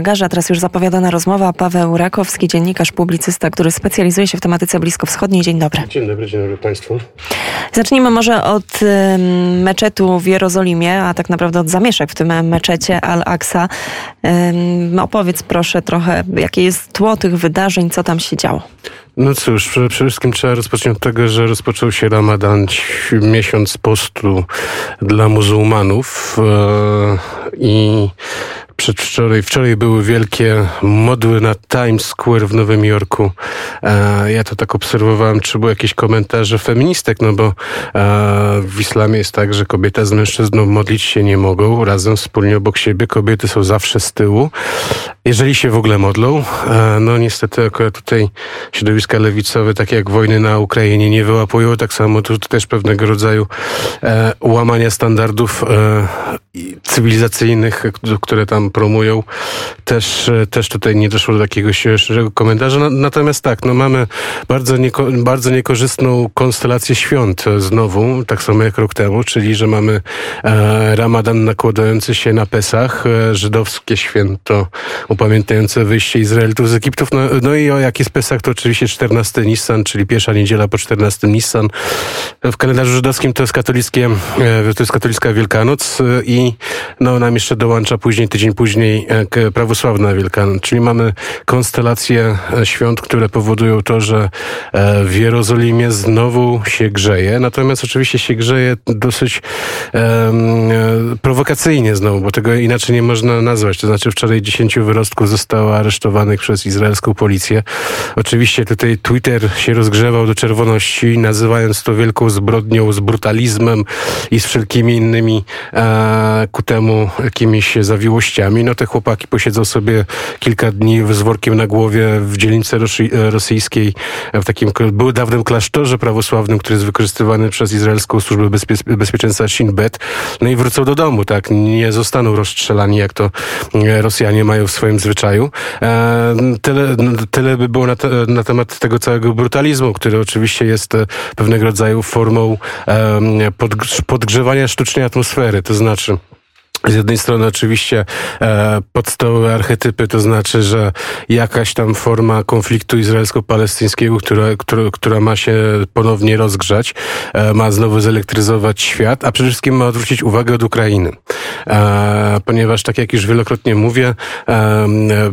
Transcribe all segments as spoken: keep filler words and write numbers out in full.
A teraz już zapowiadana rozmowa. Paweł Rakowski, dziennikarz, publicysta, który specjalizuje się w tematyce bliskowschodniej. Dzień dobry. Dzień dobry, dzień dobry Państwu. Zacznijmy może od y, meczetu w Jerozolimie, a tak naprawdę od zamieszek w tym meczecie Al-Aqsa. Y, opowiedz proszę trochę, jakie jest tło tych wydarzeń, co tam się działo. No cóż, przede wszystkim trzeba rozpocząć od tego, że rozpoczął się Ramadan, miesiąc postu dla muzułmanów yy, i przedwczoraj, wczoraj były wielkie modły na Times Square w Nowym Jorku. E, ja to tak obserwowałem, czy były jakieś komentarze feministek, no bo e, w islamie jest tak, że kobieta z mężczyzną modlić się nie mogą razem, wspólnie obok siebie. Kobiety są zawsze z tyłu, jeżeli się w ogóle modlą. E, no niestety akurat tutaj środowiska lewicowe, takie jak wojny na Ukrainie, nie wyłapują. Tak samo tu też pewnego rodzaju e, łamania standardów e, cywilizacyjnych, które tam promują. Też, też tutaj nie doszło do takiego szerszego komentarza. Natomiast tak, no mamy bardzo, nieko, bardzo niekorzystną konstelację świąt znowu, tak samo jak rok temu, czyli że mamy e, Ramadan nakładający się na Pesach, e, żydowskie święto upamiętniające wyjście Izraelitów z Egiptu. No, no i o jak jest Pesach, to oczywiście czternasty Nissan, czyli pierwsza niedziela po czternastym Nissan. W kalendarzu żydowskim to jest katolickie, e, to jest katolicka Wielkanoc e, i no, nam jeszcze dołącza później, tydzień później e, prawosławna Wielkanoc. Czyli mamy konstelację świąt, które powodują to, że e, w Jerozolimie znowu się grzeje. Natomiast oczywiście się grzeje dosyć e, e, prowokacyjnie znowu, bo tego inaczej nie można nazwać. To znaczy wczoraj dziesięciu wyrostków zostało aresztowanych przez izraelską policję. Oczywiście tutaj Twitter się rozgrzewał do czerwoności, nazywając to wielką zbrodnią, z brutalizmem i z wszelkimi innymi e, ku temu jakimiś zawiłościami. No te chłopaki posiedzą sobie kilka dni z workiem na głowie w dzielnicy rosyjskiej, w takim był dawnym klasztorze prawosławnym, który jest wykorzystywany przez izraelską służbę bezpie- bezpieczeństwa Shin Bet. No i wrócą do domu, tak? Nie zostaną rozstrzelani, jak to Rosjanie mają w swoim zwyczaju. E, tyle, tyle by było na, te, na temat tego całego brutalizmu, który oczywiście jest pewnego rodzaju formą e, pod, podgrzewania sztucznej atmosfery, to znaczy z jednej strony oczywiście e, podstawowe archetypy, to znaczy, że jakaś tam forma konfliktu izraelsko-palestyńskiego, która, która, która ma się ponownie rozgrzać, e, ma znowu zelektryzować świat, a przede wszystkim ma odwrócić uwagę od Ukrainy. E, ponieważ, tak jak już wielokrotnie mówię, e,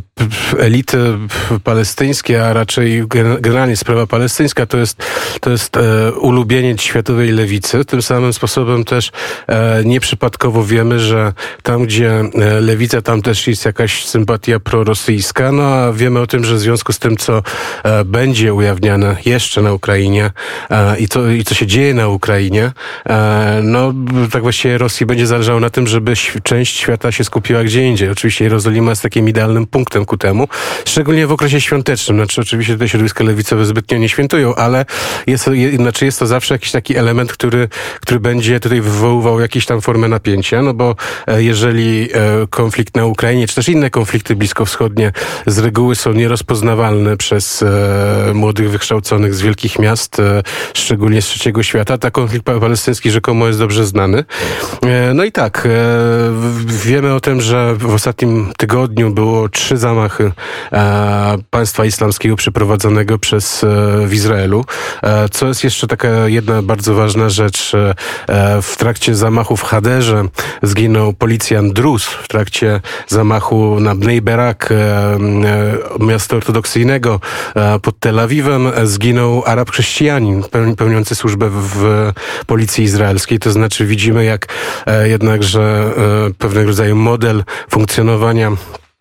elity palestyńskie, a raczej generalnie sprawa palestyńska, to jest, to jest e, ulubieniec światowej lewicy. Tym samym sposobem też e, nieprzypadkowo wiemy, że tam, gdzie lewica, tam też jest jakaś sympatia prorosyjska. No a wiemy o tym, że w związku z tym, co e, będzie ujawniane jeszcze na Ukrainie e, i, to, i co się dzieje na Ukrainie, e, no tak właściwie Rosji będzie zależało na tym, żeby ś- część świata się skupiła gdzie indziej. Oczywiście Jerozolima jest takim idealnym punktem ku temu, szczególnie w okresie świątecznym. Znaczy oczywiście tutaj środowiska lewicowe zbytnio nie świętują, ale jest, je, znaczy jest to zawsze jakiś taki element, który, który będzie tutaj wywoływał jakieś tam formę napięcia, no bo jeżeli konflikt na Ukrainie, czy też inne konflikty bliskowschodnie z reguły są nierozpoznawalne przez młodych, wykształconych z wielkich miast, szczególnie z trzeciego świata, tak konflikt palestyński rzekomo jest dobrze znany. No i tak, wiemy o tym, że w ostatnim tygodniu było trzy zamachy państwa islamskiego przeprowadzonego przez w Izraelu. Co jest jeszcze taka jedna bardzo ważna rzecz, w trakcie zamachu w Haderze zginął policjant Druz, w trakcie zamachu na Bnei Berak, miasto ortodoksyjnego pod Tel Awiwem, zginął Arab chrześcijanin pełniący służbę w policji izraelskiej. To znaczy widzimy, jak jednakże pewnego rodzaju model funkcjonowania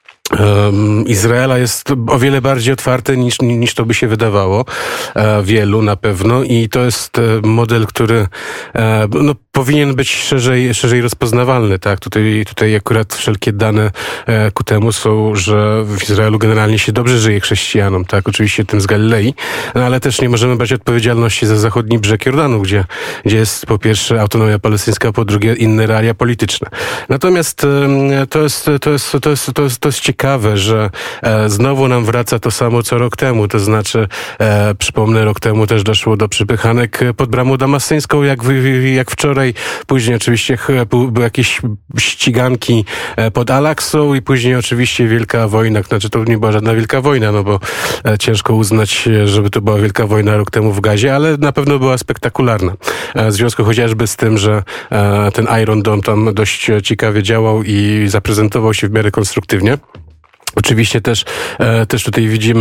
Izraela jest o wiele bardziej otwarty niż, niż to by się wydawało wielu na pewno i to jest model, który no, powinien być szerzej, szerzej rozpoznawalny. Tak? Tutaj, tutaj akurat wszelkie dane ku temu są, że w Izraelu generalnie się dobrze żyje chrześcijanom, tak? Oczywiście tym z Galilei, no, ale też nie możemy brać odpowiedzialności za zachodni brzeg Jordanu, gdzie, gdzie jest po pierwsze autonomia palestyńska, po drugie inne realia polityczne. Natomiast to jest, to jest, to jest, to jest, to jest ciekawe, że e, znowu nam wraca to samo co rok temu, to znaczy e, przypomnę, rok temu też doszło do przypychanek pod bramą damastyńską, jak, w, jak wczoraj Szczytowej, później oczywiście były jakieś ściganki pod Al-Aksą i później oczywiście wielka wojna, znaczy to nie była żadna wielka wojna, no bo ciężko uznać, żeby to była wielka wojna rok temu w Gazie, ale na pewno była spektakularna. W związku chociażby z tym, że ten Iron Dome tam dość ciekawie działał i zaprezentował się w miarę konstruktywnie. Oczywiście też, e, też tutaj widzimy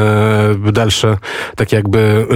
e, dalsze tak jakby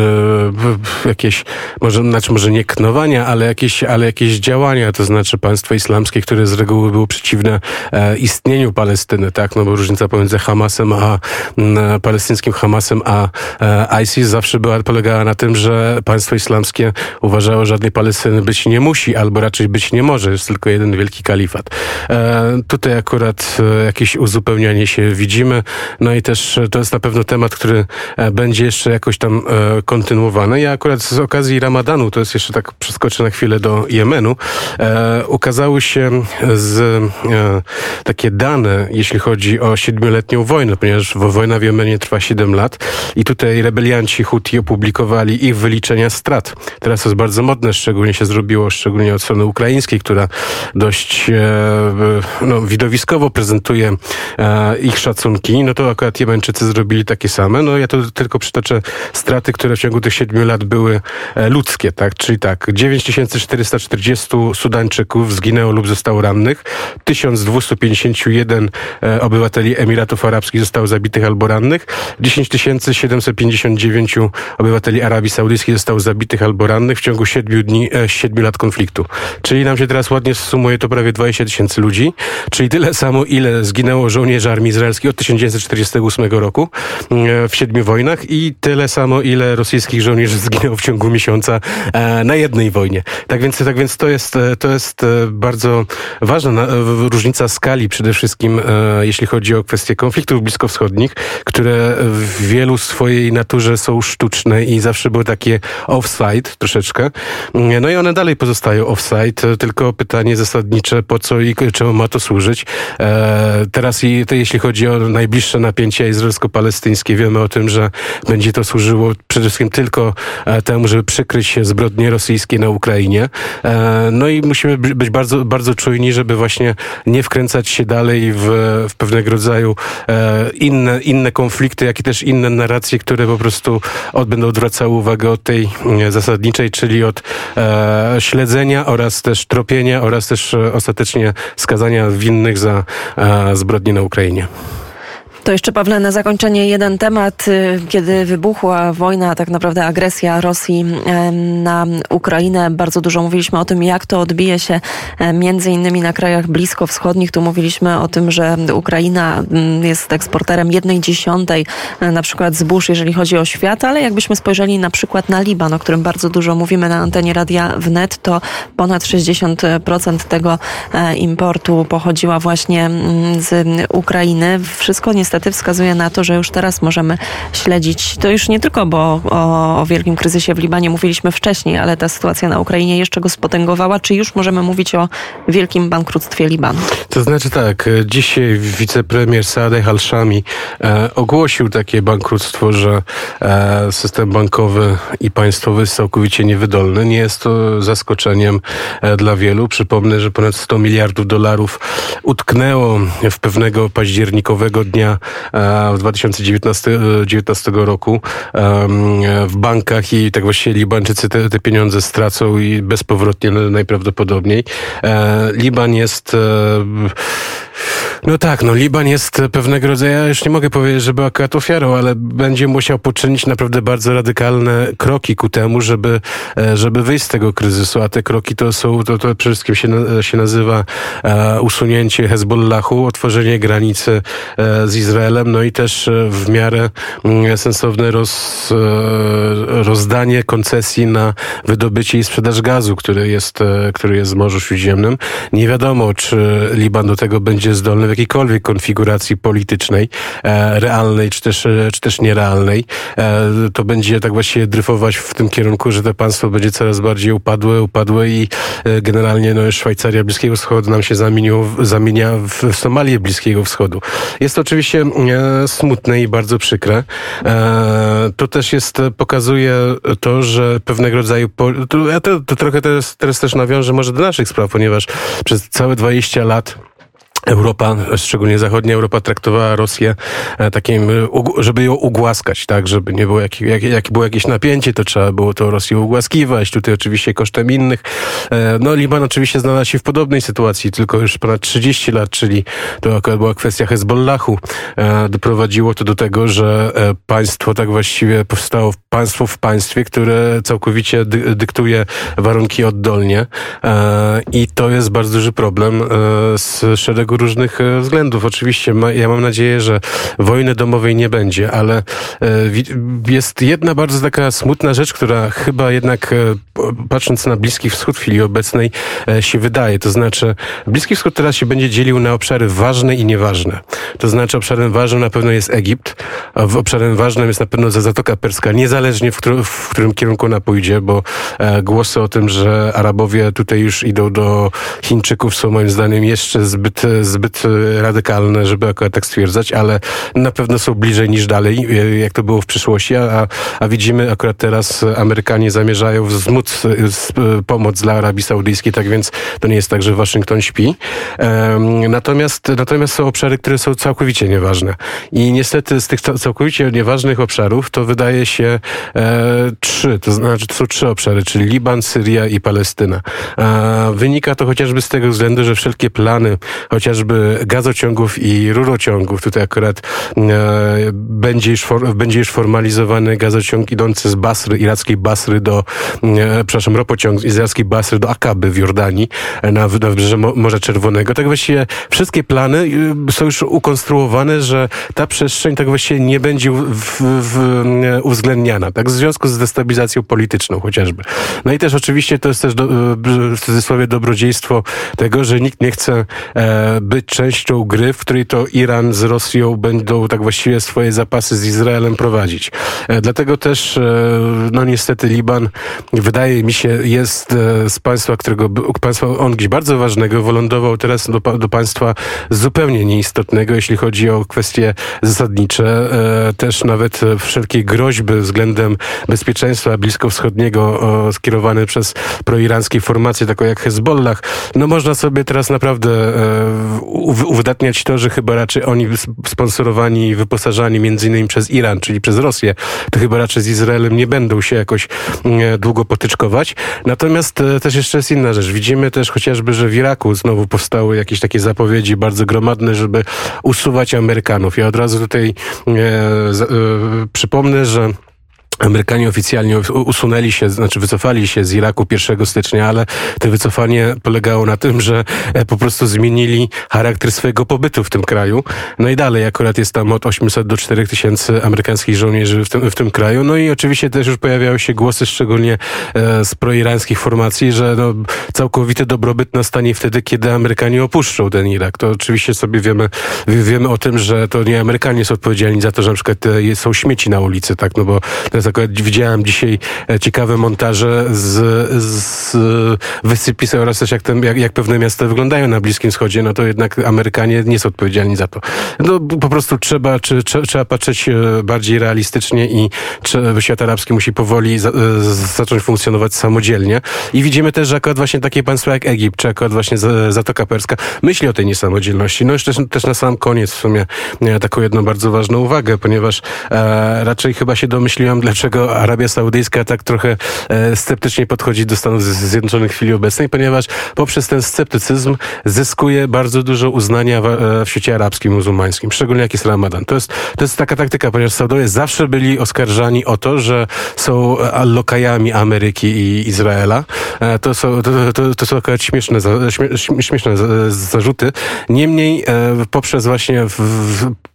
e, jakieś, może, znaczy może nie knowania, ale jakieś, ale jakieś działania, to znaczy państwo islamskie, które z reguły było przeciwne e, istnieniu Palestyny, tak, no bo różnica pomiędzy Hamasem a m, palestyńskim Hamasem a e, ISIS zawsze była, polegała na tym, że państwo islamskie uważało, że żadnej Palestyny być nie musi, albo raczej być nie może, jest tylko jeden wielki kalifat. E, tutaj akurat e, jakieś uzupełnianie się widzimy. No i też to jest na pewno temat, który będzie jeszcze jakoś tam e, kontynuowany. Ja akurat z okazji Ramadanu, to jest jeszcze tak, przeskoczę na chwilę do Jemenu, e, ukazały się z e, takie dane, jeśli chodzi o siedmioletnią wojnę, ponieważ wojna w Jemenie trwa siedem lat i tutaj rebelianci Huti opublikowali ich wyliczenia strat. Teraz to jest bardzo modne, szczególnie się zrobiło, szczególnie od strony ukraińskiej, która dość e, no, widowiskowo prezentuje e, ich szacunki, no to akurat Jemeńczycy zrobili takie same. No ja to tylko przytoczę straty, które w ciągu tych siedmiu lat były e, ludzkie, tak? Czyli tak, dziewięć tysięcy czterysta czterdziestu Sudańczyków zginęło lub zostało rannych, tysiąc dwieście pięćdziesiąt jeden e, obywateli Emiratów Arabskich zostało zabitych albo rannych, dziesięć tysięcy siedemset pięćdziesiąt dziewięć obywateli Arabii Saudyjskiej zostało zabitych albo rannych w ciągu siedmiu dni, e, siedmiu lat konfliktu. Czyli nam się teraz ładnie sumuje to prawie dwadzieścia tysięcy ludzi, czyli tyle samo, ile zginęło żołnierzy armii izraelskiej od tysiąc dziewięćset czterdziestego ósmego roku w siedmiu wojnach i tyle samo, ile rosyjskich żołnierzy zginęło w ciągu miesiąca na jednej wojnie. Tak więc, tak więc to jest, to jest bardzo ważna różnica skali przede wszystkim, jeśli chodzi o kwestie konfliktów bliskowschodnich, które w wielu swojej naturze są sztuczne i zawsze były takie offside troszeczkę. No i one dalej pozostają offside, tylko pytanie zasadnicze, po co i czemu ma to służyć. Teraz i to jeśli chodzi o najbliższe napięcia izraelsko-palestyńskie, wiemy o tym, że będzie to służyło przede wszystkim tylko temu, żeby przykryć zbrodnie rosyjskie na Ukrainie. No i musimy być bardzo, bardzo czujni, żeby właśnie nie wkręcać się dalej w, w pewnego rodzaju inne, inne konflikty, jak i też inne narracje, które po prostu od, będą odwracały uwagę od tej zasadniczej, czyli od śledzenia oraz też tropienia oraz też ostatecznie skazania winnych za zbrodnie na Ukrainie. To jeszcze, Pawle, na zakończenie jeden temat. Kiedy wybuchła wojna, a tak naprawdę agresja Rosji na Ukrainę, bardzo dużo mówiliśmy o tym, jak to odbije się między innymi na krajach bliskowschodnich. Tu mówiliśmy o tym, że Ukraina jest eksporterem jednej dziesiątej na przykład zbóż, jeżeli chodzi o świat, ale jakbyśmy spojrzeli na przykład na Liban, o którym bardzo dużo mówimy na antenie Radia Wnet, to ponad sześćdziesiąt procent tego importu pochodziła właśnie z Ukrainy. Wszystko niestety Niestety wskazuje na to, że już teraz możemy śledzić, to już nie tylko, bo o, o wielkim kryzysie w Libanie mówiliśmy wcześniej, ale ta sytuacja na Ukrainie jeszcze go spotęgowała. Czy już możemy mówić o wielkim bankructwie Libanu? To znaczy tak, dzisiaj wicepremier Saadeh al-Shami e, ogłosił takie bankructwo, że e, system bankowy i państwowy jest całkowicie niewydolny. Nie jest to zaskoczeniem e, dla wielu. Przypomnę, że ponad sto miliardów dolarów utknęło w pewnego październikowego dnia w dwa tysiące dziewiętnastego roku w bankach i tak właściwie Libańczycy te, te pieniądze stracą i bezpowrotnie najprawdopodobniej. Liban jest... No tak, no Liban jest pewnego rodzaju, ja już nie mogę powiedzieć, że był akurat ofiarą, ale będzie musiał poczynić naprawdę bardzo radykalne kroki ku temu, żeby, żeby wyjść z tego kryzysu, a te kroki to są, to, to przede wszystkim się, się nazywa e, usunięcie Hezbollahu, otworzenie granicy e, z Izraelem, no i też w miarę e, sensowne roz, e, rozdanie koncesji na wydobycie i sprzedaż gazu, który jest, e, który jest w Morzu Śródziemnym. Nie wiadomo, czy Liban do tego będzie zdolny, jakiejkolwiek konfiguracji politycznej, realnej czy też, czy też nierealnej, to będzie tak właściwie dryfować w tym kierunku, że to państwo będzie coraz bardziej upadłe, upadłe i generalnie no, Szwajcaria Bliskiego Wschodu nam się zamieniło, zamienia w Somalię Bliskiego Wschodu. Jest to oczywiście smutne i bardzo przykre. To też jest, pokazuje to, że pewnego rodzaju, to, ja to, to trochę teraz, teraz też nawiążę może do naszych spraw, ponieważ przez całe dwadzieścia lat Europa, szczególnie zachodnia Europa, traktowała Rosję takim, żeby ją ugłaskać, tak, żeby nie było, jak, jak, jak było jakieś napięcie, to trzeba było to Rosję ugłaskiwać, tutaj oczywiście kosztem innych. No, Liban oczywiście znalazł się w podobnej sytuacji, tylko już ponad trzydzieści lat, czyli to akurat była kwestia Hezbollahu. Doprowadziło to do tego, że państwo tak właściwie powstało, państwo w państwie, które całkowicie dy, dyktuje warunki oddolnie i to jest bardzo duży problem z szeregu różnych względów. Oczywiście ma, ja mam nadzieję, że wojny domowej nie będzie, ale e, jest jedna bardzo taka smutna rzecz, która chyba jednak e, patrząc na Bliski Wschód w chwili obecnej e, się wydaje. To znaczy Bliski Wschód teraz się będzie dzielił na obszary ważne i nieważne. To znaczy obszarem ważnym na pewno jest Egipt, a w obszarem ważnym jest na pewno Zatoka Perska, niezależnie w, którym, w którym kierunku ona pójdzie, bo e, głosy o tym, że Arabowie tutaj już idą do Chińczyków są moim zdaniem jeszcze zbyt zbyt radykalne, żeby akurat tak stwierdzać, ale na pewno są bliżej niż dalej, jak to było w przyszłości, a, a widzimy akurat teraz Amerykanie zamierzają wzmóc pomoc dla Arabii Saudyjskiej, tak więc to nie jest tak, że Waszyngton śpi. Natomiast, natomiast są obszary, które są całkowicie nieważne. I niestety z tych całkowicie nieważnych obszarów to wydaje się e, trzy, to znaczy to są trzy obszary, czyli Liban, Syria i Palestyna. A wynika to chociażby z tego względu, że wszelkie plany chociażby gazociągów i rurociągów. Tutaj akurat e, będzie, już for, będzie już formalizowany gazociąg idący z Basry, irackiej Basry do, e, przepraszam, ropociąg z izraelskiej Basry do Akaby w Jordanii, na, na wybrzeże Morza Czerwonego. Tak właściwie wszystkie plany są już ukonstruowane, że ta przestrzeń tak właściwie nie będzie w, w, w, uwzględniana, tak, w związku z destabilizacją polityczną chociażby. No i też oczywiście to jest też do, w cudzysłowie dobrodziejstwo tego, że nikt nie chce e, być częścią gry, w której to Iran z Rosją będą tak właściwie swoje zapasy z Izraelem prowadzić. E, dlatego też, e, no niestety Liban, wydaje mi się, jest e, z państwa, którego, państwa on gdzieś bardzo ważnego, wylądował teraz do, do państwa zupełnie nieistotnego, jeśli chodzi o kwestie zasadnicze. E, też nawet wszelkie groźby względem bezpieczeństwa bliskowschodniego e, skierowane przez proirańskie formacje, takie jak Hezbollah, no można sobie teraz naprawdę e, uwydatniać to, że chyba raczej oni sponsorowani i wyposażani między innymi przez Iran, czyli przez Rosję, to chyba raczej z Izraelem nie będą się jakoś e, długo potyczkować. Natomiast e, też jeszcze jest inna rzecz. Widzimy też chociażby, że w Iraku znowu powstały jakieś takie zapowiedzi bardzo gromadne, żeby usuwać Amerykanów. Ja od razu tutaj e, z, e, przypomnę, że Amerykanie oficjalnie usunęli się, znaczy wycofali się z Iraku pierwszego stycznia, ale to wycofanie polegało na tym, że po prostu zmienili charakter swojego pobytu w tym kraju. No i dalej akurat jest tam od osiemset do czterech tysięcy amerykańskich żołnierzy w tym, w tym kraju. No i oczywiście też już pojawiały się głosy szczególnie e, z proirańskich formacji, że no, całkowity dobrobyt nastanie wtedy, kiedy Amerykanie opuszczą ten Irak. To oczywiście sobie wiemy, wiemy o tym, że to nie Amerykanie są odpowiedzialni za to, że na przykład e, są śmieci na ulicy, tak, no bo teraz akurat widziałem dzisiaj ciekawe montaże z, z wysypisk oraz też jak, ten, jak, jak pewne miasta wyglądają na Bliskim Wschodzie, no to jednak Amerykanie nie są odpowiedzialni za to. No po prostu trzeba, czy, czy, trzeba patrzeć bardziej realistycznie i czy, świat arabski musi powoli za, z, zacząć funkcjonować samodzielnie. I widzimy też, że akurat właśnie takie państwa jak Egipt, czy akurat właśnie Zatoka Perska myśli o tej niesamodzielności. No jeszcze też, też na sam koniec w sumie taką jedną bardzo ważną uwagę, ponieważ e, raczej chyba się domyśliłam, dlaczego Arabia Saudyjska tak trochę e, sceptycznie podchodzi do Stanów Zjednoczonych w chwili obecnej, ponieważ poprzez ten sceptycyzm zyskuje bardzo dużo uznania w, e, w świecie arabskim, muzułmańskim, szczególnie jak jest Ramadan. To jest, to jest taka taktyka, ponieważ Saudowie zawsze byli oskarżani o to, że są lokajami Ameryki i Izraela. E, to, są, to, to, to są akurat śmieszne, za, śmie, śmieszne zarzuty. Niemniej e, poprzez właśnie w, w,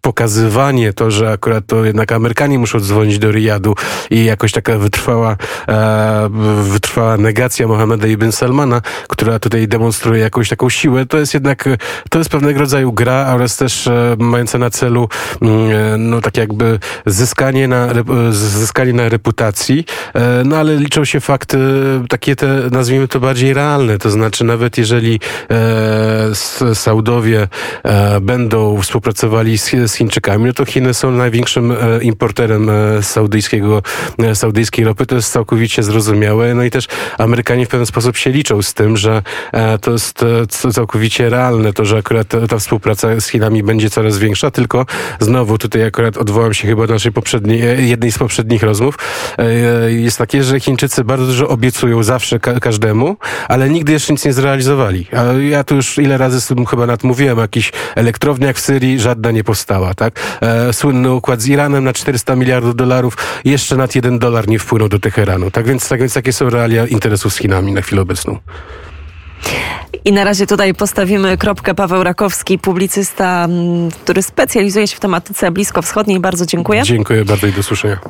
pokazywanie to, że akurat to jednak Amerykanie muszą dzwonić do Riyadu i jakoś taka wytrwała, e, wytrwała negacja Mohammeda ibn Salmana, która tutaj demonstruje jakąś taką siłę, to jest jednak, to jest pewnego rodzaju gra oraz też e, mająca na celu e, no tak jakby zyskanie na, zyskanie na reputacji, e, no ale liczą się fakty takie te, nazwijmy to bardziej realne, to znaczy nawet jeżeli e, Saudowie e, będą współpracowali z, z Chińczykami, no to Chiny są największym e, importerem e, saudyjskiego, e, saudyjskiej ropy, to jest całkowicie zrozumiałe, no i też Amerykanie w pewien sposób się liczą z tym, że e, to jest e, całkowicie realne, to, że akurat ta, ta współpraca z Chinami będzie coraz większa, tylko znowu tutaj akurat odwołam się chyba do naszej poprzedniej, jednej z poprzednich rozmów, e, jest takie, że Chińczycy bardzo dużo obiecują zawsze ka- każdemu, ale nigdy jeszcze nic nie zrealizowali. A ja tu już ile razy z tym chyba nadmówiłem, jakiś elektrowniach w Syrii, żadna nie powstała, tak? E, słynny układ z Iranem na czterysta miliardów dolarów, jeszcze nad jeden dolar nie wpłynął do Teheranu. Tak więc, tak więc takie są realia interesów z Chinami na chwilę obecną. I na razie tutaj postawimy kropkę. Paweł Rakowski, publicysta, który specjalizuje się w tematyce bliskowschodniej. Bardzo dziękuję. Dziękuję bardzo i do usłyszenia.